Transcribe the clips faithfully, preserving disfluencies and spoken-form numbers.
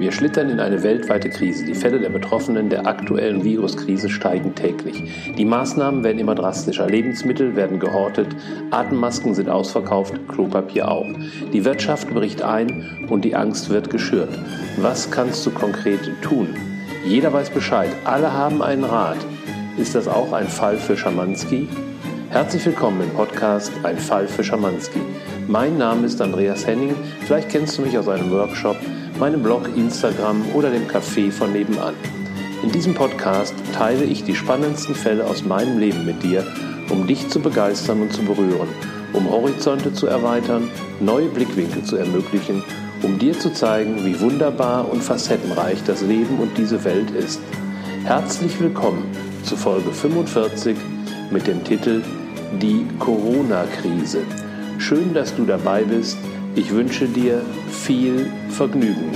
Wir schlittern in eine weltweite Krise. Die Fälle der Betroffenen der aktuellen Viruskrise steigen täglich. Die Maßnahmen werden immer drastischer. Lebensmittel werden gehortet, Atemmasken sind ausverkauft, Klopapier auch. Die Wirtschaft bricht ein und die Angst wird geschürt. Was kannst du konkret tun? Jeder weiß Bescheid, alle haben einen Rat. Ist das auch ein Fall für Schamanski? Herzlich willkommen im Podcast Ein Fall für Schamanski. Mein Name ist Andreas Henning. Vielleicht kennst du mich aus einem Workshop, meinem Blog, Instagram oder dem Café von nebenan. In diesem Podcast teile ich die spannendsten Fälle aus meinem Leben mit dir, um dich zu begeistern und zu berühren, um Horizonte zu erweitern, neue Blickwinkel zu ermöglichen, um dir zu zeigen, wie wunderbar und facettenreich das Leben und diese Welt ist. Herzlich willkommen zu Folge fünfundvierzig mit dem Titel Die Corona-Krise. Schön, dass du dabei bist. Ich wünsche dir viel Vergnügen.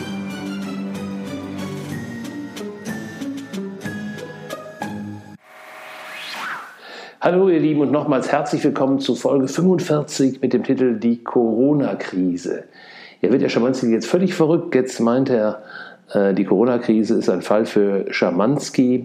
Hallo ihr Lieben und nochmals herzlich willkommen zu Folge fünfundvierzig mit dem Titel Die Corona-Krise. Ja, wird der Schamanski jetzt völlig verrückt. Jetzt meint er, äh, die Corona-Krise ist ein Fall für Schamanski.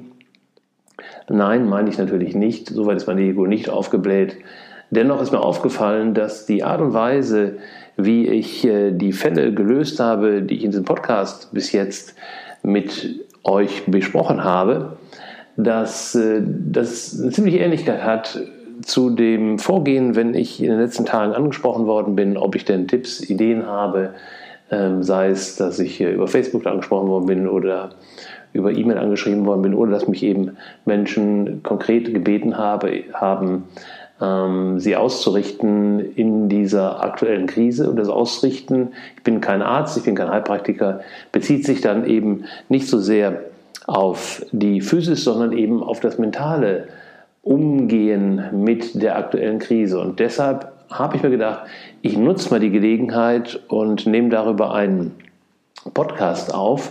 Nein, meine ich natürlich nicht. Soweit ist mein Ego nicht aufgebläht. Dennoch ist mir aufgefallen, dass die Art und Weise, wie ich äh, die Fälle gelöst habe, die ich in diesem Podcast bis jetzt mit euch besprochen habe, dass äh, das eine ziemliche Ähnlichkeit hat zu dem Vorgehen, wenn ich in den letzten Tagen angesprochen worden bin, ob ich denn Tipps, Ideen habe, ähm, sei es, dass ich äh, über Facebook angesprochen worden bin oder über E-Mail angeschrieben worden bin oder dass mich eben Menschen konkret gebeten habe, haben, ähm, sie auszurichten in dieser aktuellen Krise. Und das Ausrichten, ich bin kein Arzt, ich bin kein Heilpraktiker, bezieht sich dann eben nicht so sehr auf die Physis, sondern eben auf das mentale Umgehen mit der aktuellen Krise. Und deshalb habe ich mir gedacht, ich nutze mal die Gelegenheit und nehme darüber einen Podcast auf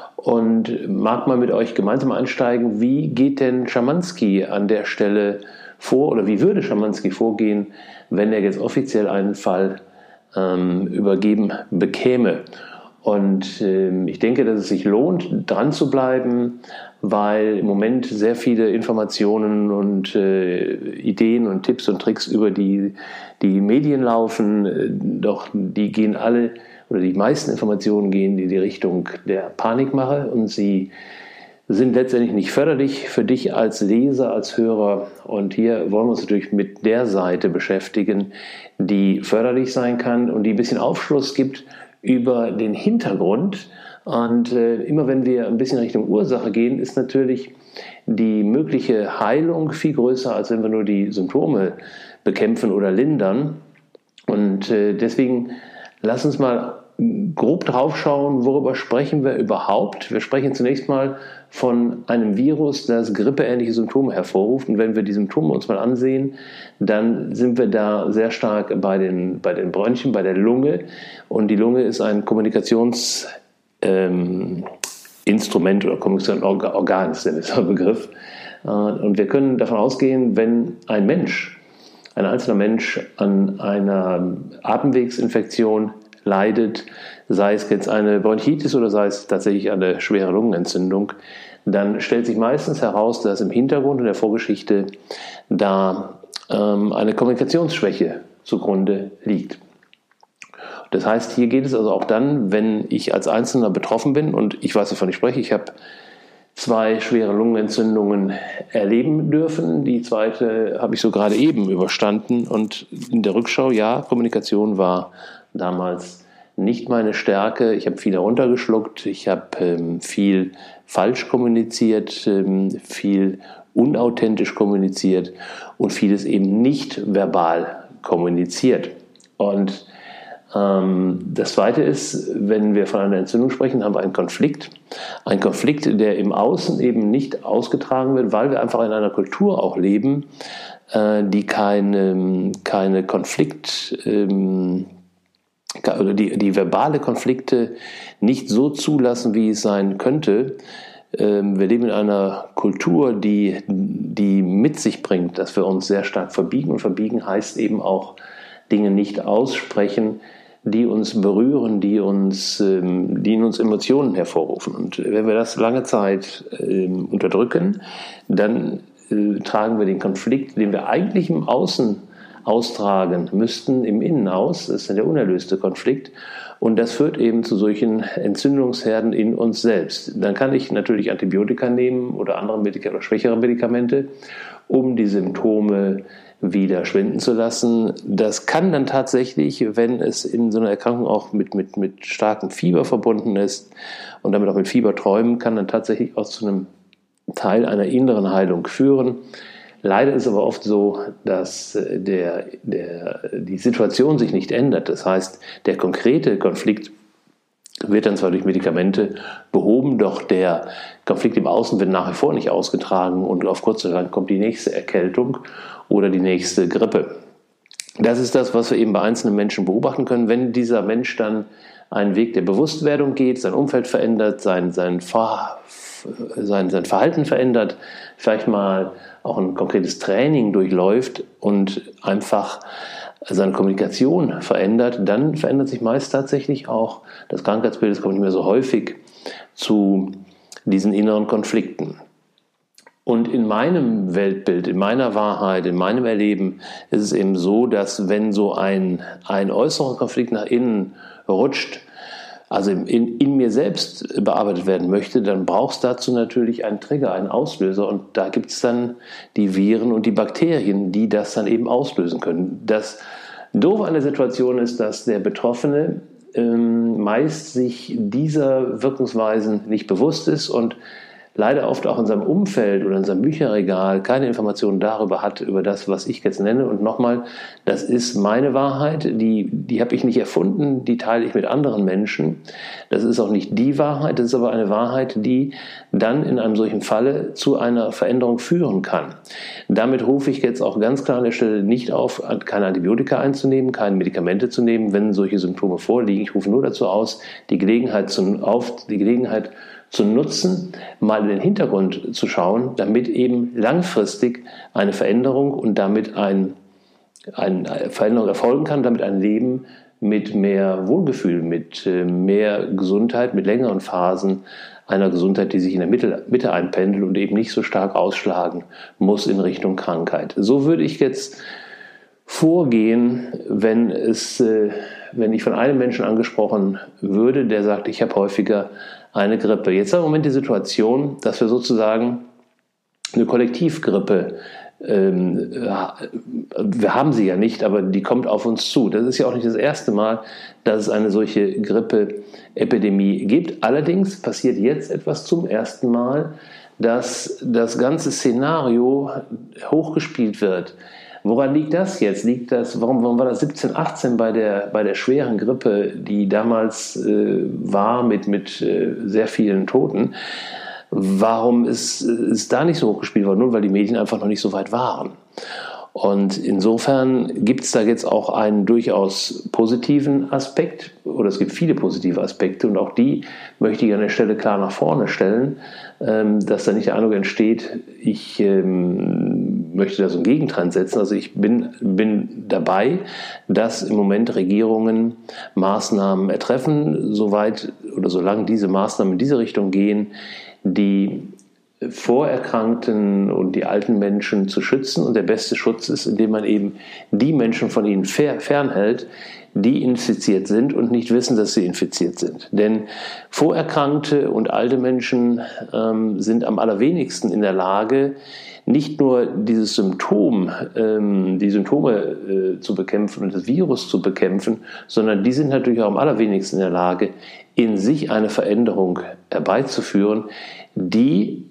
und mag mal mit euch gemeinsam einsteigen, wie geht denn Schamanski an der Stelle vor oder wie würde Schamanski vorgehen, wenn er jetzt offiziell einen Fall ähm, übergeben bekäme. Und ähm, ich denke, dass es sich lohnt, dran zu bleiben, weil im Moment sehr viele Informationen und äh, Ideen und Tipps und Tricks über die, die Medien laufen, doch die gehen alle oder die meisten Informationen gehen in die Richtung der Panikmache und sie sind letztendlich nicht förderlich für dich als Leser, als Hörer. Und hier wollen wir uns natürlich mit der Seite beschäftigen, die förderlich sein kann und die ein bisschen Aufschluss gibt über den Hintergrund. Und äh, immer wenn wir ein bisschen Richtung Ursache gehen, ist natürlich die mögliche Heilung viel größer, als wenn wir nur die Symptome bekämpfen oder lindern. Und äh, deswegen lass uns mal grob drauf schauen, worüber sprechen wir überhaupt. Wir sprechen zunächst mal von einem Virus, das grippeähnliche Symptome hervorruft. Und wenn wir die Symptome uns mal ansehen, dann sind wir da sehr stark bei den, bei den Bronchien, bei der Lunge. Und die Lunge ist ein Kommunikationsinstrument ähm, oder Kommunikationsorgan, ist der bessere Begriff. Und wir können davon ausgehen, wenn ein Mensch, ein einzelner Mensch an einer Atemwegsinfektion leidet, sei es jetzt eine Bronchitis oder sei es tatsächlich eine schwere Lungenentzündung, dann stellt sich meistens heraus, dass im Hintergrund in der Vorgeschichte da ähm, eine Kommunikationsschwäche zugrunde liegt. Das heißt, hier geht es also auch dann, wenn ich als Einzelner betroffen bin und ich weiß, wovon ich spreche, ich habe zwei schwere Lungenentzündungen erleben dürfen. Die zweite habe ich so gerade eben überstanden und in der Rückschau, ja, Kommunikation war damals nicht meine Stärke. Ich habe viel heruntergeschluckt, ich habe ähm, viel falsch kommuniziert, ähm, viel unauthentisch kommuniziert und vieles eben nicht verbal kommuniziert. Und ähm, das Zweite ist, wenn wir von einer Entzündung sprechen, haben wir einen Konflikt. Ein Konflikt, der im Außen eben nicht ausgetragen wird, weil wir einfach in einer Kultur auch leben, äh, die keine, keine Konflikt ähm, oder die, die verbale Konflikte nicht so zulassen, wie es sein könnte. Wir leben in einer Kultur, die, die mit sich bringt, dass wir uns sehr stark verbiegen. Und verbiegen heißt eben auch Dinge nicht aussprechen, die uns berühren, die uns, die in uns Emotionen hervorrufen. Und wenn wir das lange Zeit unterdrücken, dann tragen wir den Konflikt, den wir eigentlich im Außen austragen müssten, im Innen aus. Das ist dann der unerlöste Konflikt. Und das führt eben zu solchen Entzündungsherden in uns selbst. Dann kann ich natürlich Antibiotika nehmen oder andere Medikamente oder schwächere Medikamente, um die Symptome wieder schwinden zu lassen. Das kann dann tatsächlich, wenn es in so einer Erkrankung auch mit, mit, mit starkem Fieber verbunden ist und damit auch mit Fieberträumen, kann dann tatsächlich auch zu einem Teil einer inneren Heilung führen. Leider ist es aber oft so, dass der, der, die Situation sich nicht ändert. Das heißt, der konkrete Konflikt wird dann zwar durch Medikamente behoben, doch der Konflikt im Außen wird nach wie vor nicht ausgetragen und auf kurz oder lang kommt die nächste Erkältung oder die nächste Grippe. Das ist das, was wir eben bei einzelnen Menschen beobachten können. Wenn dieser Mensch dann einen Weg der Bewusstwerdung geht, sein Umfeld verändert, sein, sein, Ver, sein, sein Verhalten verändert, vielleicht mal auch ein konkretes Training durchläuft und einfach seine Kommunikation verändert, dann verändert sich meist tatsächlich auch das Krankheitsbild. Es kommt nicht mehr so häufig zu diesen inneren Konflikten. Und in meinem Weltbild, in meiner Wahrheit, in meinem Erleben ist es eben so, dass wenn so ein, ein äußerer Konflikt nach innen rutscht, also in, in mir selbst bearbeitet werden möchte, dann braucht es dazu natürlich einen Trigger, einen Auslöser. Und da gibt es dann die Viren und die Bakterien, die das dann eben auslösen können. Das Doofe an der Situation ist, dass der Betroffene ähm, meist sich dieser Wirkungsweisen nicht bewusst ist und leider oft auch in seinem Umfeld oder in seinem Bücherregal keine Informationen darüber hat, über das, was ich jetzt nenne. Und nochmal, das ist meine Wahrheit, die, die habe ich nicht erfunden, die teile ich mit anderen Menschen. Das ist auch nicht die Wahrheit, das ist aber eine Wahrheit, die dann in einem solchen Falle zu einer Veränderung führen kann. Damit rufe ich jetzt auch ganz klar an der Stelle nicht auf, keine Antibiotika einzunehmen, keine Medikamente zu nehmen, wenn solche Symptome vorliegen. Ich rufe nur dazu aus, die Gelegenheit zu, auf, die Gelegenheit zu nutzen, mal in den Hintergrund zu schauen, damit eben langfristig eine Veränderung und damit ein, eine Veränderung erfolgen kann, damit ein Leben mit mehr Wohlgefühl, mit mehr Gesundheit, mit längeren Phasen einer Gesundheit, die sich in der Mitte, Mitte einpendelt und eben nicht so stark ausschlagen muss in Richtung Krankheit. So würde ich jetzt vorgehen, wenn es, wenn ich von einem Menschen angesprochen würde, der sagt, ich habe häufiger eine Grippe. Jetzt haben wir im Moment die Situation, dass wir sozusagen eine Kollektivgrippe, ähm, wir haben sie ja nicht, aber die kommt auf uns zu. Das ist ja auch nicht das erste Mal, dass es eine solche Grippeepidemie gibt. Allerdings passiert jetzt etwas zum ersten Mal, dass das ganze Szenario hochgespielt wird. Woran liegt das jetzt? Liegt das, warum, warum war das siebzehn, achtzehn bei der, bei der schweren Grippe, die damals äh, war mit, mit äh, sehr vielen Toten? Warum ist, ist da nicht so hochgespielt worden? Nur weil die Medien einfach noch nicht so weit waren. Und insofern gibt es da jetzt auch einen durchaus positiven Aspekt, oder es gibt viele positive Aspekte, und auch die möchte ich an der Stelle klar nach vorne stellen, dass da nicht der Eindruck entsteht, ich möchte da so einen Gegentrend setzen. Also ich bin, bin dabei, dass im Moment Regierungen Maßnahmen ertreffen, soweit oder solange diese Maßnahmen in diese Richtung gehen, die Vorerkrankten und die alten Menschen zu schützen. Und der beste Schutz ist, indem man eben die Menschen von ihnen fernhält, die infiziert sind und nicht wissen, dass sie infiziert sind. Denn Vorerkrankte und alte Menschen ähm, sind am allerwenigsten in der Lage, nicht nur dieses Symptom, ähm, die Symptome äh, zu bekämpfen und das Virus zu bekämpfen, sondern die sind natürlich auch am allerwenigsten in der Lage, in sich eine Veränderung herbeizuführen, die,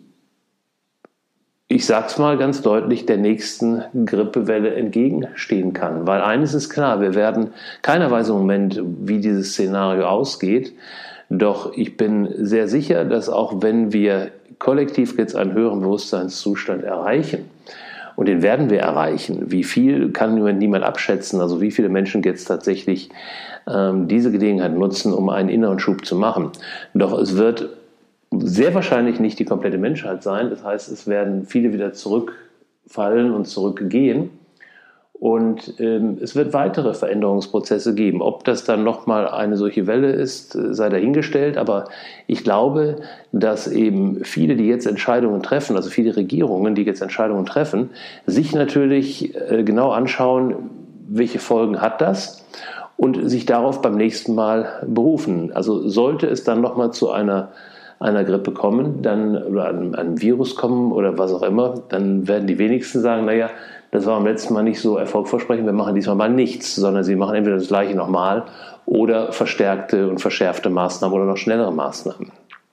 ich sage es mal ganz deutlich, der nächsten Grippewelle entgegenstehen kann. Weil eines ist klar, wir werden, keiner weiß im Moment, wie dieses Szenario ausgeht, doch ich bin sehr sicher, dass auch wenn wir kollektiv jetzt einen höheren Bewusstseinszustand erreichen, und den werden wir erreichen, wie viel kann im Moment niemand abschätzen, also wie viele Menschen jetzt tatsächlich ähm, diese Gelegenheit nutzen, um einen inneren Schub zu machen. Doch es wird sehr wahrscheinlich nicht die komplette Menschheit sein. Das heißt, es werden viele wieder zurückfallen und zurückgehen. Und ähm, es wird weitere Veränderungsprozesse geben. Ob das dann nochmal eine solche Welle ist, sei dahingestellt. Aber ich glaube, dass eben viele, die jetzt Entscheidungen treffen, also viele Regierungen, die jetzt Entscheidungen treffen, sich natürlich äh, genau anschauen, welche Folgen hat das und sich darauf beim nächsten Mal berufen. Also sollte es dann nochmal zu einer einer Grippe kommen, dann oder einem, einem Virus kommen oder was auch immer, dann werden die wenigsten sagen, naja, das war beim letzten Mal nicht so erfolgversprechend, wir machen diesmal mal nichts, sondern sie machen entweder das Gleiche nochmal oder verstärkte und verschärfte Maßnahmen oder noch schnellere Maßnahmen.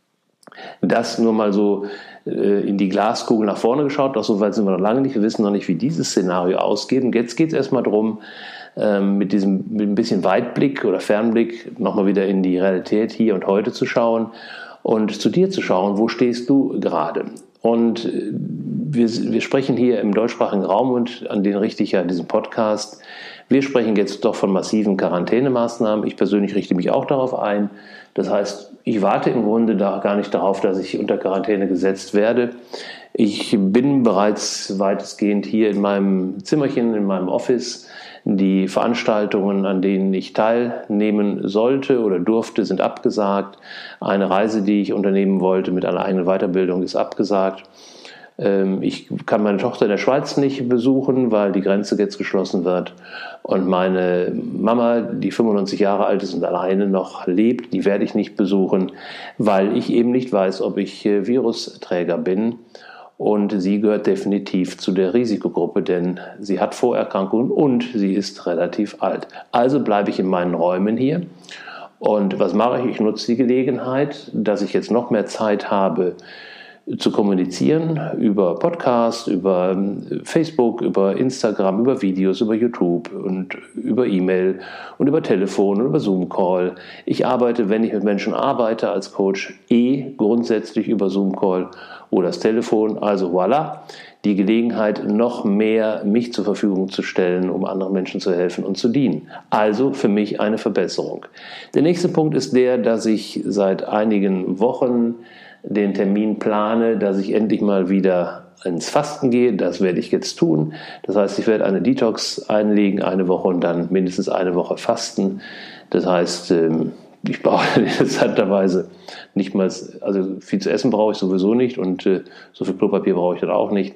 Das nur mal so äh, in die Glaskugel nach vorne geschaut, doch so weit sind wir noch lange nicht, wir wissen noch nicht, wie dieses Szenario ausgeht. Und jetzt geht es erstmal darum, ähm, mit diesem mit ein bisschen Weitblick oder Fernblick nochmal wieder in die Realität hier und heute zu schauen und zu dir zu schauen, wo stehst du gerade. Und wir, wir sprechen hier im deutschsprachigen Raum, und an den richte ich ja diesen Podcast, wir sprechen jetzt doch von massiven Quarantänemaßnahmen. Ich persönlich richte mich auch darauf ein. Das heißt, ich warte im Grunde da gar nicht darauf, dass ich unter Quarantäne gesetzt werde. Ich bin bereits weitestgehend hier in meinem Zimmerchen, in meinem Office. Die Veranstaltungen, an denen ich teilnehmen sollte oder durfte, sind abgesagt. Eine Reise, die ich unternehmen wollte mit einer eigenen Weiterbildung, ist abgesagt. Ich kann meine Tochter in der Schweiz nicht besuchen, weil die Grenze jetzt geschlossen wird. Und meine Mama, die fünfundneunzig Jahre alt ist und alleine noch lebt, die werde ich nicht besuchen, weil ich eben nicht weiß, ob ich Virusträger bin. Und sie gehört definitiv zu der Risikogruppe, denn sie hat Vorerkrankungen und sie ist relativ alt. Also bleibe ich in meinen Räumen hier. Und was mache ich? Ich nutze die Gelegenheit, dass ich jetzt noch mehr Zeit habe, zu kommunizieren über Podcast, über Facebook, über Instagram, über Videos, über YouTube und über E-Mail und über Telefon und über Zoom-Call. Ich arbeite, wenn ich mit Menschen arbeite als Coach, eh grundsätzlich über Zoom-Call oder das Telefon. Also voilà, die Gelegenheit, noch mehr mich zur Verfügung zu stellen, um anderen Menschen zu helfen und zu dienen. Also für mich eine Verbesserung. Der nächste Punkt ist der, dass ich seit einigen Wochen den Termin plane, dass ich endlich mal wieder ins Fasten gehe. Das werde ich jetzt tun. Das heißt, ich werde eine Detox einlegen, eine Woche und dann mindestens eine Woche fasten. Das heißt, ich brauche interessanterweise nicht mal, also viel zu essen brauche ich sowieso nicht und so viel Klopapier brauche ich dann auch nicht.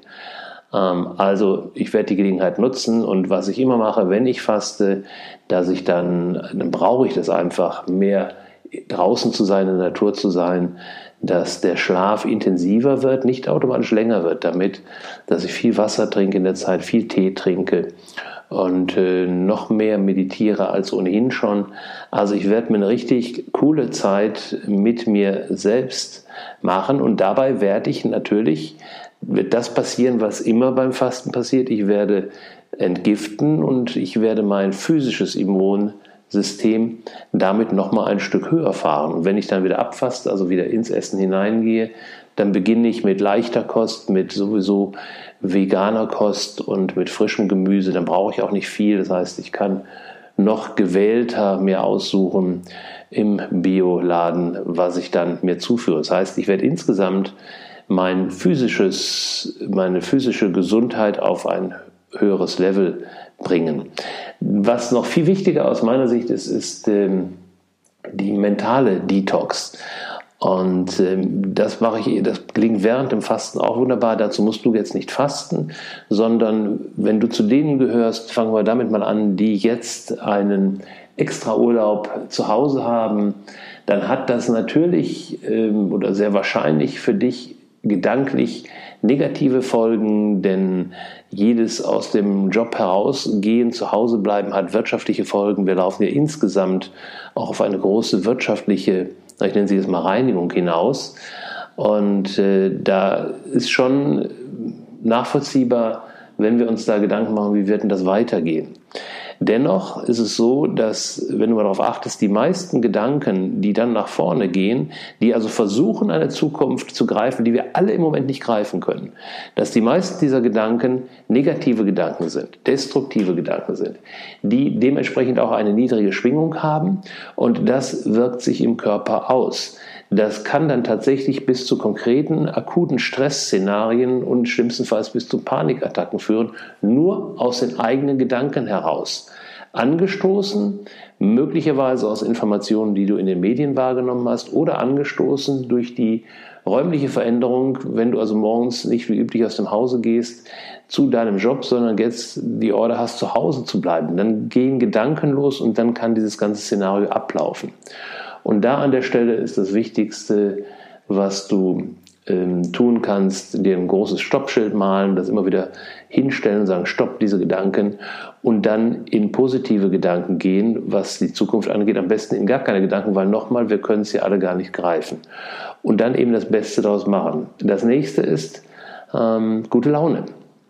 Also ich werde die Gelegenheit nutzen, und was ich immer mache, wenn ich faste, dass ich dann, dann brauche ich das einfach, mehr draußen zu sein, in der Natur zu sein, dass der Schlaf intensiver wird, nicht automatisch länger wird damit, dass ich viel Wasser trinke in der Zeit, viel Tee trinke und äh, noch mehr meditiere als ohnehin schon. Also ich werde mir eine richtig coole Zeit mit mir selbst machen, und dabei werde ich natürlich, wird das passieren, was immer beim Fasten passiert, ich werde entgiften und ich werde mein physisches Immunsystem System damit nochmal ein Stück höher fahren. Und wenn ich dann wieder abfaste, also wieder ins Essen hineingehe, dann beginne ich mit leichter Kost, mit sowieso veganer Kost und mit frischem Gemüse. Dann brauche ich auch nicht viel. Das heißt, ich kann noch gewählter mir aussuchen im Bioladen, was ich dann mir zuführe. Das heißt, ich werde insgesamt mein physisches, meine physische Gesundheit auf ein höheres Level bringen. Was noch viel wichtiger aus meiner Sicht ist, ist ähm, die mentale Detox. Und ähm, das mache ich, das gelingt während dem Fasten auch wunderbar. Dazu musst du jetzt nicht fasten, sondern wenn du zu denen gehörst, fangen wir damit mal an, die jetzt einen extra Urlaub zu Hause haben, dann hat das natürlich ähm, oder sehr wahrscheinlich für dich gedanklich negative Folgen, denn jedes aus dem Job herausgehen, zu Hause bleiben, hat wirtschaftliche Folgen. Wir laufen ja insgesamt auch auf eine große wirtschaftliche, ich nenne sie jetzt mal Reinigung hinaus. Und äh, da ist schon nachvollziehbar, wenn wir uns da Gedanken machen, wie wird denn das weitergehen. Dennoch ist es so, dass, wenn du mal darauf achtest, die meisten Gedanken, die dann nach vorne gehen, die also versuchen, eine Zukunft zu greifen, die wir alle im Moment nicht greifen können, dass die meisten dieser Gedanken negative Gedanken sind, destruktive Gedanken sind, die dementsprechend auch eine niedrige Schwingung haben, und das wirkt sich im Körper aus. Das kann dann tatsächlich bis zu konkreten, akuten Stressszenarien und schlimmstenfalls bis zu Panikattacken führen, nur aus den eigenen Gedanken heraus. Angestoßen, möglicherweise aus Informationen, die du in den Medien wahrgenommen hast, oder angestoßen durch die räumliche Veränderung, wenn du also morgens nicht wie üblich aus dem Hause gehst zu deinem Job, sondern jetzt die Order hast, zu Hause zu bleiben. Dann gehen Gedanken los und dann kann dieses ganze Szenario ablaufen. Und da an der Stelle ist das Wichtigste, was du ähm, tun kannst, dir ein großes Stoppschild malen, das immer wieder hinstellen und sagen, stopp diese Gedanken, und dann in positive Gedanken gehen, was die Zukunft angeht. Am besten in gar keine Gedanken, weil nochmal, wir können es ja alle gar nicht greifen. Und dann eben das Beste daraus machen. Das nächste ist ähm, gute Laune.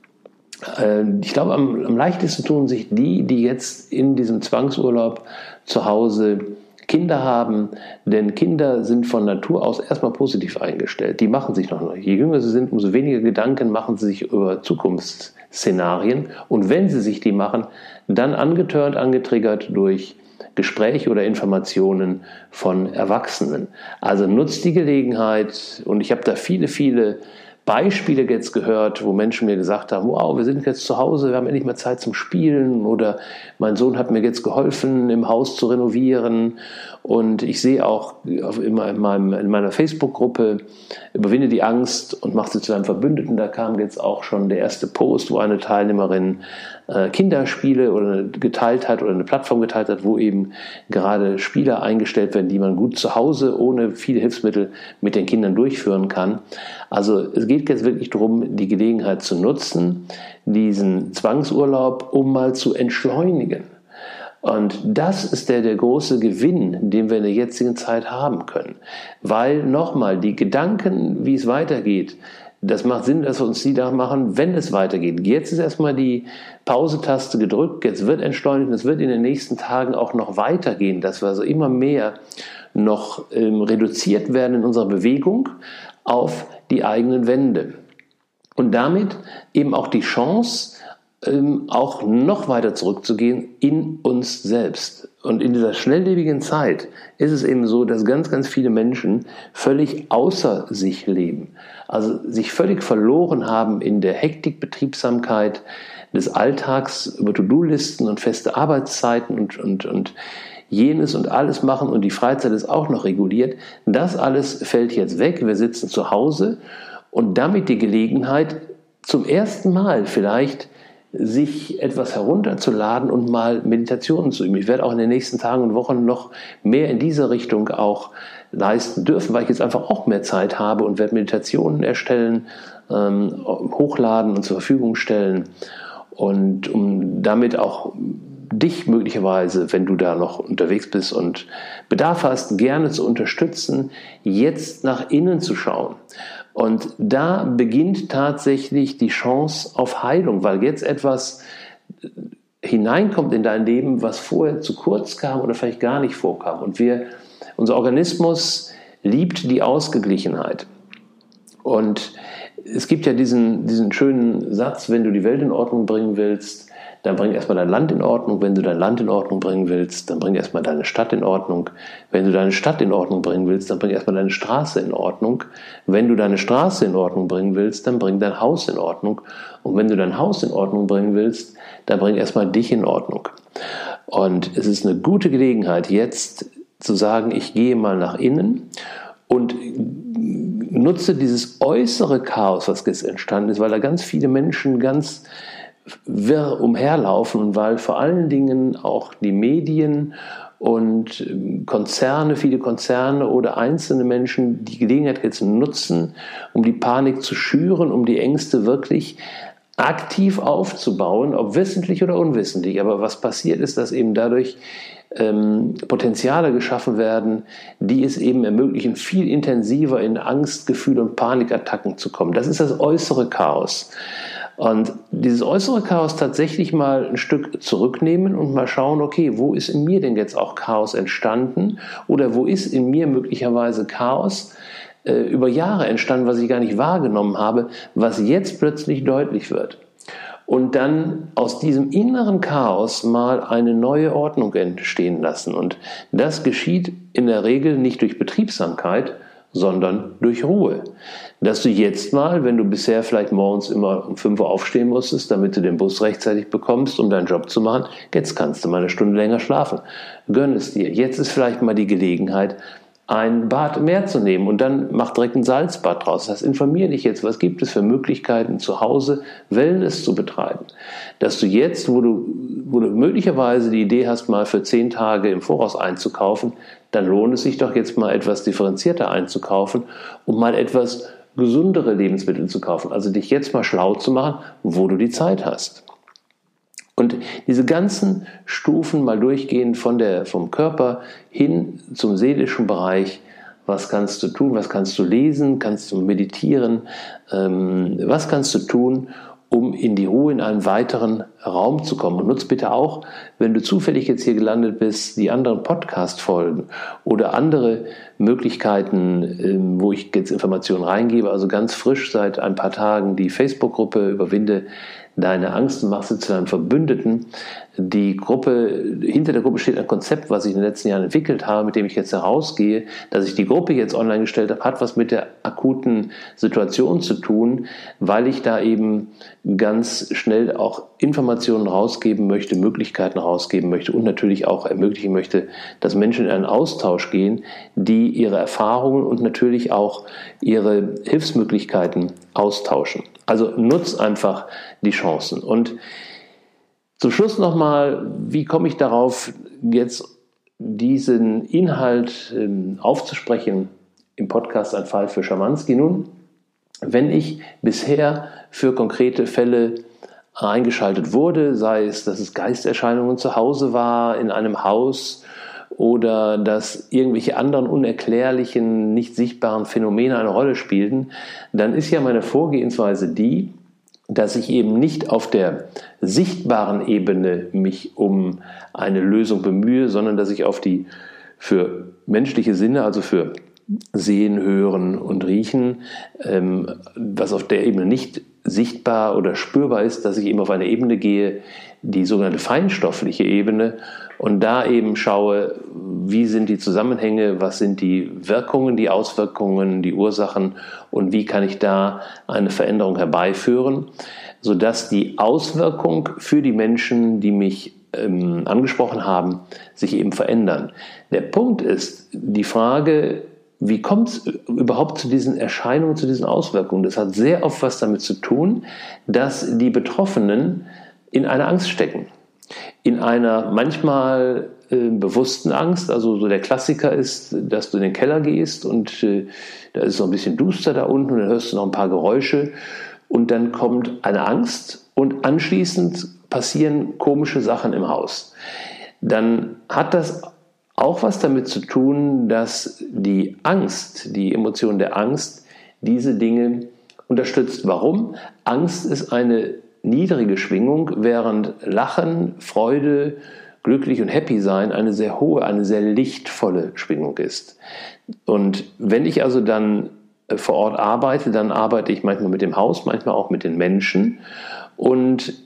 Äh, ich glaube, am, am leichtesten tun sich die, die jetzt in diesem Zwangsurlaub zu Hause Kinder haben, denn Kinder sind von Natur aus erstmal positiv eingestellt. Die machen sich noch nicht. Je jünger sie sind, umso weniger Gedanken machen sie sich über Zukunftsszenarien. Und wenn sie sich die machen, dann angetörnt, angetriggert durch Gespräche oder Informationen von Erwachsenen. Also nutzt die Gelegenheit, und ich habe da viele, viele Beispiele jetzt gehört, wo Menschen mir gesagt haben, wow, wir sind jetzt zu Hause, wir haben endlich mal Zeit zum Spielen, oder mein Sohn hat mir jetzt geholfen, im Haus zu renovieren, und ich sehe auch in, meinem, in meiner Facebook-Gruppe, überwinde die Angst und mach sie zu einem Verbündeten. Da kam jetzt auch schon der erste Post, wo eine Teilnehmerin äh, Kinderspiele oder geteilt hat oder eine Plattform geteilt hat, wo eben gerade Spiele eingestellt werden, die man gut zu Hause ohne viele Hilfsmittel mit den Kindern durchführen kann. Also es geht jetzt wirklich darum, die Gelegenheit zu nutzen, diesen Zwangsurlaub, um mal zu entschleunigen. Und das ist der, der große Gewinn, den wir in der jetzigen Zeit haben können. Weil nochmal, die Gedanken, wie es weitergeht, das macht Sinn, dass wir uns die da machen, wenn es weitergeht. Jetzt ist erstmal die Pause-Taste gedrückt, jetzt wird entschleunigt, und es wird in den nächsten Tagen auch noch weitergehen, dass wir also immer mehr noch ähm, reduziert werden in unserer Bewegung auf die eigenen Wände. Und damit eben auch die Chance, ähm, auch noch weiter zurückzugehen in uns selbst. Und in dieser schnelllebigen Zeit ist es eben so, dass ganz, ganz viele Menschen völlig außer sich leben. Also sich völlig verloren haben in der Hektik, Betriebsamkeit des Alltags über To-Do-Listen und feste Arbeitszeiten und, und, und jenes und alles machen, und die Freizeit ist auch noch reguliert. Das alles fällt jetzt weg. Wir sitzen zu Hause und damit die Gelegenheit, zum ersten Mal vielleicht sich etwas herunterzuladen und mal Meditationen zu üben. Ich werde auch in den nächsten Tagen und Wochen noch mehr in diese Richtung auch leisten dürfen, weil ich jetzt einfach auch mehr Zeit habe, und werde Meditationen erstellen, ähm, hochladen und zur Verfügung stellen, und um damit auch dich möglicherweise, wenn du da noch unterwegs bist und Bedarf hast, gerne zu unterstützen, jetzt nach innen zu schauen. Und da beginnt tatsächlich die Chance auf Heilung, weil jetzt etwas hineinkommt in dein Leben, was vorher zu kurz kam oder vielleicht gar nicht vorkam. Und wir, unser Organismus liebt die Ausgeglichenheit. Und es gibt ja diesen, diesen schönen Satz, wenn du die Welt in Ordnung bringen willst, dann bring erstmal dein Land in Ordnung. Wenn du dein Land in Ordnung bringen willst, dann bring erstmal deine Stadt in Ordnung. Wenn du deine Stadt in Ordnung bringen willst, dann bring erstmal deine Straße in Ordnung. Wenn du deine Straße in Ordnung bringen willst, dann bring dein Haus in Ordnung. Und wenn du dein Haus in Ordnung bringen willst, dann bring erstmal dich in Ordnung. Und es ist eine gute Gelegenheit, jetzt zu sagen, ich gehe mal nach innen und nutze dieses äußere Chaos, was jetzt entstanden ist, weil da ganz viele Menschen ganz wirr umherlaufen, und weil vor allen Dingen auch die Medien und Konzerne, viele Konzerne oder einzelne Menschen die Gelegenheit jetzt nutzen, um die Panik zu schüren, um die Ängste wirklich aktiv aufzubauen, ob wissentlich oder unwissentlich. Aber was passiert ist, dass eben dadurch ähm, Potenziale geschaffen werden, die es eben ermöglichen, viel intensiver in Angstgefühle und Panikattacken zu kommen. Das ist das äußere Chaos. Und dieses äußere Chaos tatsächlich mal ein Stück zurücknehmen und mal schauen, okay, wo ist in mir denn jetzt auch Chaos entstanden, oder wo ist in mir möglicherweise Chaos äh, über Jahre entstanden, was ich gar nicht wahrgenommen habe, was jetzt plötzlich deutlich wird. und dann aus diesem inneren Chaos mal eine neue Ordnung entstehen lassen. Und das geschieht in der Regel nicht durch Betriebsamkeit, sondern durch Ruhe. Dass du jetzt mal, wenn du bisher vielleicht morgens immer um fünf Uhr aufstehen musstest, damit du den Bus rechtzeitig bekommst, um deinen Job zu machen, jetzt kannst du mal eine Stunde länger schlafen. Gönn es dir. Jetzt ist vielleicht mal die Gelegenheit, ein Bad mehr zu nehmen und dann mach direkt ein Salzbad draus. Das heißt, informier dich jetzt, was gibt es für Möglichkeiten zu Hause, Wellness zu betreiben. Dass du jetzt, wo du, wo du möglicherweise die Idee hast, mal für zehn Tage im Voraus einzukaufen, dann lohnt es sich doch jetzt mal etwas differenzierter einzukaufen und mal etwas gesundere Lebensmittel zu kaufen. Also dich jetzt mal schlau zu machen, wo du die Zeit hast. Und diese ganzen Stufen mal durchgehen von der, vom Körper hin zum seelischen Bereich. Was kannst du tun? Was kannst du lesen? Kannst du meditieren? Ähm, was kannst du tun, um in die Ruhe in einen weiteren Raum zu kommen? Und nutz bitte auch, wenn du zufällig jetzt hier gelandet bist, die anderen Podcast-Folgen oder andere Möglichkeiten, ähm, wo ich jetzt Informationen reingebe. Also ganz frisch seit ein paar Tagen die Facebook-Gruppe Überwinde deine Angst und mach sie zu einem Verbündeten. Die Gruppe, hinter der Gruppe steht ein Konzept, was ich in den letzten Jahren entwickelt habe, mit dem ich jetzt herausgehe. Dass ich die Gruppe jetzt online gestellt habe, hat was mit der akuten Situation zu tun, weil ich da eben ganz schnell auch Informationen rausgeben möchte, Möglichkeiten rausgeben möchte und natürlich auch ermöglichen möchte, dass Menschen in einen Austausch gehen, die ihre Erfahrungen und natürlich auch ihre Hilfsmöglichkeiten austauschen. Also nutz einfach die Chancen. Und zum Schluss nochmal, wie komme ich darauf, jetzt diesen Inhalt ähm, aufzusprechen im Podcast Ein Fall für Schamanski? Nun, wenn ich bisher für konkrete Fälle eingeschaltet wurde, sei es, dass es Geisterscheinungen zu Hause war, in einem Haus, oder dass irgendwelche anderen unerklärlichen, nicht sichtbaren Phänomene eine Rolle spielten, dann ist ja meine Vorgehensweise die, dass ich eben nicht auf der sichtbaren Ebene mich um eine Lösung bemühe, sondern dass ich auf die für menschliche Sinne, also für Sehen, Hören und Riechen, ähm, was auf der Ebene nicht sichtbar oder spürbar ist, dass ich eben auf eine Ebene gehe, die sogenannte feinstoffliche Ebene, und da eben schaue, wie sind die Zusammenhänge, was sind die Wirkungen, die Auswirkungen, die Ursachen und wie kann ich da eine Veränderung herbeiführen, sodass die Auswirkung für die Menschen, die mich ähm, angesprochen haben, sich eben verändern. Der Punkt ist die Frage, wie kommt es überhaupt zu diesen Erscheinungen, zu diesen Auswirkungen? Das hat sehr oft was damit zu tun, dass die Betroffenen in einer Angst stecken. In einer manchmal äh, bewussten Angst, also so der Klassiker ist, dass du in den Keller gehst und äh, da ist es noch ein bisschen duster da unten und dann hörst du noch ein paar Geräusche und dann kommt eine Angst und anschließend passieren komische Sachen im Haus. Dann hat das auch was damit zu tun, dass die Angst, die Emotion der Angst, diese Dinge unterstützt. Warum? Angst ist eine niedrige Schwingung, während Lachen, Freude, glücklich und happy sein eine sehr hohe, eine sehr lichtvolle Schwingung ist. Und wenn ich also dann vor Ort arbeite, dann arbeite ich manchmal mit dem Haus, manchmal auch mit den Menschen und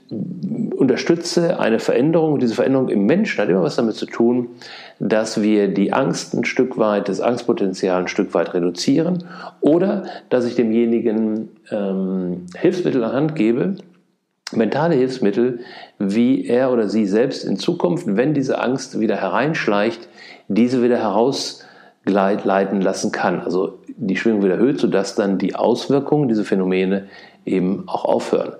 unterstütze eine Veränderung. Und diese Veränderung im Menschen hat immer was damit zu tun, dass wir die Angst ein Stück weit, das Angstpotenzial ein Stück weit reduzieren oder dass ich demjenigen ähm, Hilfsmittel an die Hand gebe, mentale Hilfsmittel, wie er oder sie selbst in Zukunft, wenn diese Angst wieder hereinschleicht, diese wieder herausleiten lassen kann. Also die Schwingung wieder erhöht, sodass dann die Auswirkungen, diese Phänomene eben auch aufhören.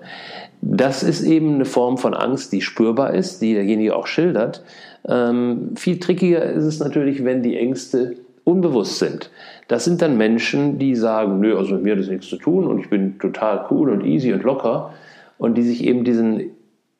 Das ist eben eine Form von Angst, die spürbar ist, die derjenige auch schildert. Ähm, viel trickiger ist es natürlich, wenn die Ängste unbewusst sind. Das sind dann Menschen, die sagen, nö, also mit mir hat das nichts zu tun und ich bin total cool und easy und locker. Und die sich eben diesen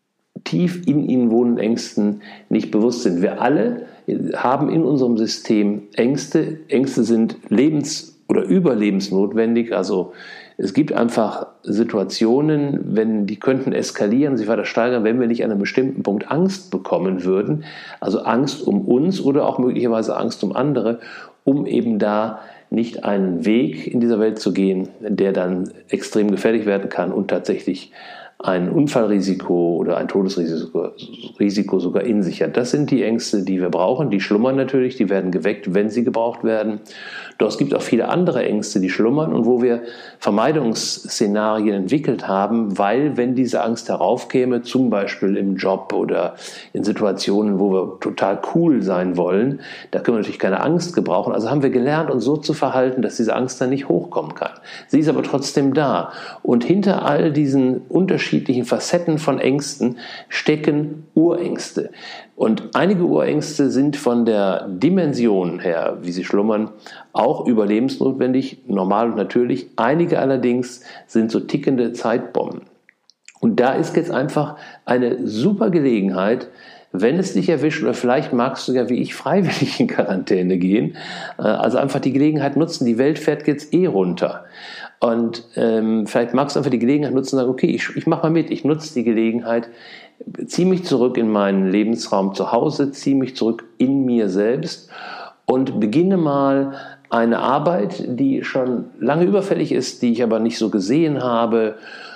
tief in ihnen wohnenden Ängsten nicht bewusst sind. Wir alle haben in unserem System Ängste. Ängste sind lebens- oder überlebensnotwendig. Also es gibt einfach Situationen, wenn die könnten eskalieren, sich weiter steigern, wenn wir nicht an einem bestimmten Punkt Angst bekommen würden. Also Angst um uns oder auch möglicherweise Angst um andere, um eben da nicht einen Weg in dieser Welt zu gehen, der dann extrem gefährlich werden kann und tatsächlich ein Unfallrisiko oder ein Todesrisiko Risiko sogar in sich hat. Das sind die Ängste, die wir brauchen. Die schlummern natürlich, die werden geweckt, wenn sie gebraucht werden. Doch es gibt auch viele andere Ängste, die schlummern und wo wir Vermeidungsszenarien entwickelt haben, weil, wenn diese Angst heraufkäme, zum Beispiel im Job oder in Situationen, wo wir total cool sein wollen, da können wir natürlich keine Angst gebrauchen. Also haben wir gelernt, uns so zu verhalten, dass diese Angst dann nicht hochkommen kann. Sie ist aber trotzdem da. Und hinter all diesen unterschiedlichen Facetten von Ängsten stecken Urängste. Und einige Urängste sind von der Dimension her, wie sie schlummern, auch überlebensnotwendig, normal und natürlich. Einige allerdings sind so tickende Zeitbomben. Und da ist jetzt einfach eine super Gelegenheit, wenn es dich erwischt, oder vielleicht magst du ja wie ich freiwillig in Quarantäne gehen, also einfach die Gelegenheit nutzen, die Welt fährt jetzt eh runter. Und ähm, vielleicht magst du einfach die Gelegenheit nutzen und sagen, okay, ich, ich mache mal mit, ich nutze die Gelegenheit, ziehe mich zurück in meinen Lebensraum zu Hause, ziehe mich zurück in mir selbst und beginne mal eine Arbeit, die schon lange überfällig ist, die ich aber nicht so gesehen habe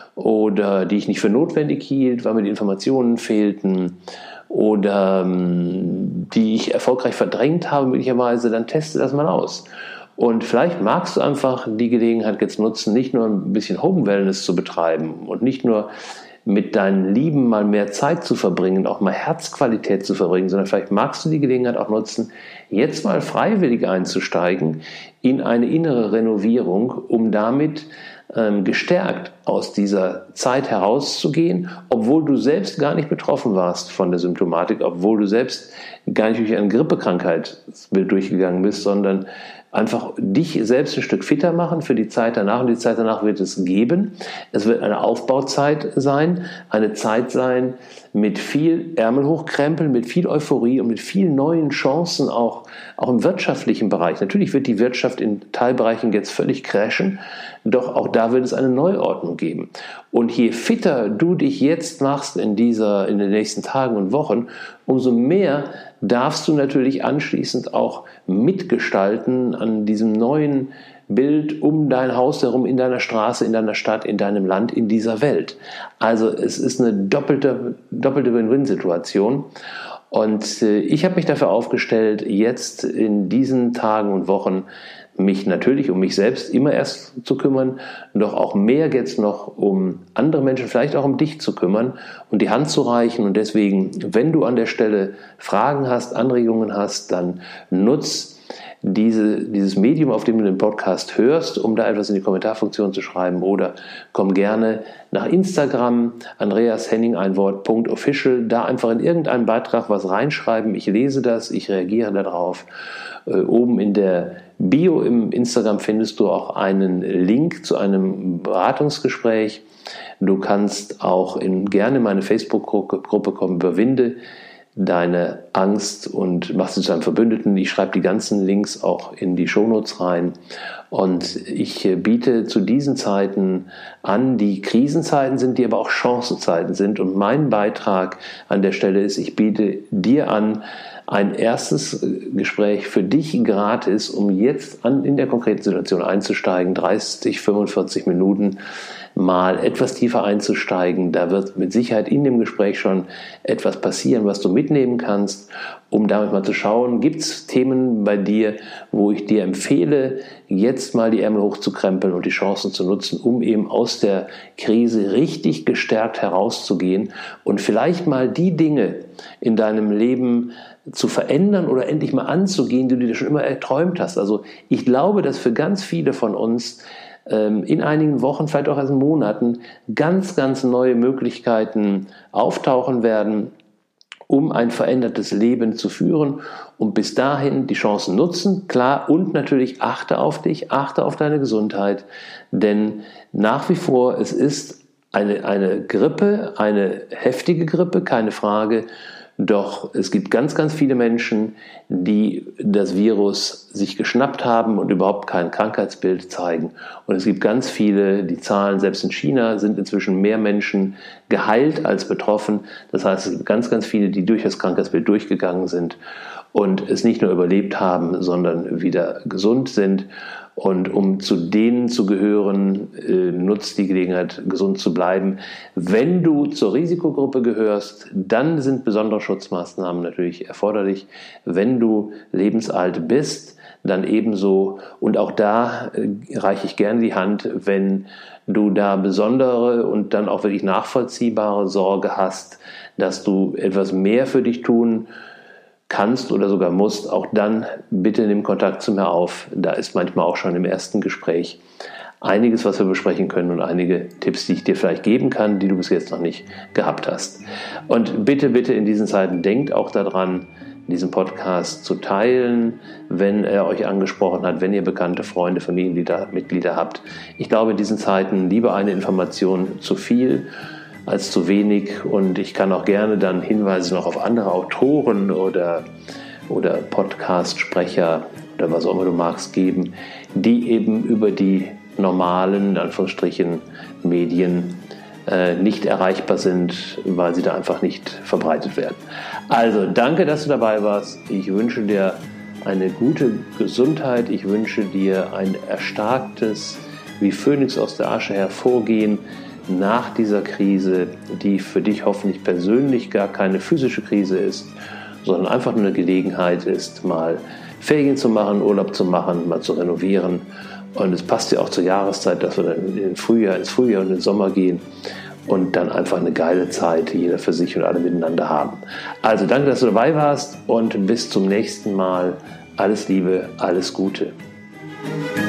oder die ich nicht für notwendig hielt, weil mir die Informationen fehlten oder ähm, die ich erfolgreich verdrängt habe möglicherweise, dann teste das mal aus. Und vielleicht magst du einfach die Gelegenheit jetzt nutzen, nicht nur ein bisschen Home Wellness zu betreiben und nicht nur mit deinen Lieben mal mehr Zeit zu verbringen, auch mal Herzqualität zu verbringen, sondern vielleicht magst du die Gelegenheit auch nutzen, jetzt mal freiwillig einzusteigen in eine innere Renovierung, um damit ähm, gestärkt aus dieser Zeit herauszugehen, obwohl du selbst gar nicht betroffen warst von der Symptomatik, obwohl du selbst gar nicht durch eine Grippekrankheit durchgegangen bist, sondern einfach dich selbst ein Stück fitter machen für die Zeit danach. Und die Zeit danach wird es geben. Es wird eine Aufbauzeit sein, eine Zeit sein mit viel Ärmel hochkrempeln, mit viel Euphorie und mit vielen neuen Chancen, auch, auch im wirtschaftlichen Bereich. Natürlich wird die Wirtschaft in Teilbereichen jetzt völlig crashen, doch auch da wird es eine Neuordnung geben. Und je fitter du dich jetzt machst in, dieser, in den nächsten Tagen und Wochen, umso mehr darfst du natürlich anschließend auch mitgestalten an diesem neuen Bild um dein Haus herum, in deiner Straße, in deiner Stadt, in deinem Land, in dieser Welt. Also es ist eine doppelte, doppelte Win-Win-Situation. Und äh, ich habe mich dafür aufgestellt, jetzt in diesen Tagen und Wochen mich natürlich um mich selbst immer erst zu kümmern, doch auch mehr jetzt noch um andere Menschen, vielleicht auch um dich zu kümmern und die Hand zu reichen. Und deswegen, wenn du an der Stelle Fragen hast, Anregungen hast, dann nutz diese, dieses Medium, auf dem du den Podcast hörst, um da etwas in die Kommentarfunktion zu schreiben, oder komm gerne nach Instagram, Andreas Henning, ein Wort, Punkt official, da einfach in irgendeinen Beitrag was reinschreiben. Ich lese das, ich reagiere darauf. Äh, oben in der Bio im Instagram findest du auch einen Link zu einem Beratungsgespräch. Du kannst auch in, gerne in meine Facebook-Gruppe kommen, überwinde deine Angst und mach sie zu einem Verbündeten. Ich schreibe die ganzen Links auch in die Shownotes rein. Und ich biete zu diesen Zeiten an, die Krisenzeiten sind, die aber auch Chancenzeiten sind. Und mein Beitrag an der Stelle ist, ich biete dir an, ein erstes Gespräch für dich gratis, um jetzt an, in der konkreten Situation einzusteigen, dreißig, fünfundvierzig Minuten mal etwas tiefer einzusteigen. Da wird mit Sicherheit in dem Gespräch schon etwas passieren, was du mitnehmen kannst, um damit mal zu schauen, gibt es Themen bei dir, wo ich dir empfehle, jetzt mal die Ärmel hochzukrempeln und die Chancen zu nutzen, um eben aus der Krise richtig gestärkt herauszugehen und vielleicht mal die Dinge in deinem Leben zu verändern oder endlich mal anzugehen, die du dir schon immer erträumt hast. Also ich glaube, dass für ganz viele von uns ähm, in einigen Wochen, vielleicht auch erst in Monaten, ganz, ganz neue Möglichkeiten auftauchen werden, um ein verändertes Leben zu führen, und bis dahin die Chancen nutzen, klar, und natürlich achte auf dich, achte auf deine Gesundheit, denn nach wie vor, es ist eine, eine Grippe, eine heftige Grippe, keine Frage. Doch es gibt ganz, ganz viele Menschen, die das Virus sich geschnappt haben und überhaupt kein Krankheitsbild zeigen. Und es gibt ganz viele, die Zahlen, selbst in China sind inzwischen mehr Menschen geheilt als betroffen. Das heißt, es gibt ganz, ganz viele, die durch das Krankheitsbild durchgegangen sind. und es nicht nur überlebt haben, sondern wieder gesund sind. Und um zu denen zu gehören, äh, nutzt die Gelegenheit, gesund zu bleiben. Wenn du zur Risikogruppe gehörst, dann sind besondere Schutzmaßnahmen natürlich erforderlich. Wenn du lebensalt bist, dann ebenso. Und auch da äh, reiche ich gerne die Hand, wenn du da besondere und dann auch wirklich nachvollziehbare Sorge hast, dass du etwas mehr für dich tun kannst oder sogar musst, auch dann bitte nimm Kontakt zu mir auf. Da ist manchmal auch schon im ersten Gespräch einiges, was wir besprechen können und einige Tipps, die ich dir vielleicht geben kann, die du bis jetzt noch nicht gehabt hast. Und bitte, bitte in diesen Zeiten denkt auch daran, diesen Podcast zu teilen, wenn er euch angesprochen hat, wenn ihr bekannte Freunde, Familienmitglieder habt. Ich glaube, in diesen Zeiten lieber eine Information zu viel als zu wenig, und ich kann auch gerne dann Hinweise noch auf andere Autoren oder, oder Podcast-Sprecher oder was auch immer du magst geben, die eben über die normalen, in Anführungsstrichen, Medien äh, nicht erreichbar sind, weil sie da einfach nicht verbreitet werden. Also danke, dass du dabei warst. Ich wünsche dir eine gute Gesundheit. Ich wünsche dir ein erstarktes, wie Phönix aus der Asche hervorgehen nach dieser Krise, die für dich hoffentlich persönlich gar keine physische Krise ist, sondern einfach nur eine Gelegenheit ist, mal Ferien zu machen, Urlaub zu machen, mal zu renovieren. Und es passt ja auch zur Jahreszeit, dass wir dann in den Frühjahr, ins Frühjahr und in den Sommer gehen und dann einfach eine geile Zeit, jeder für sich und alle miteinander haben. Also danke, dass du dabei warst, und bis zum nächsten Mal. Alles Liebe, alles Gute.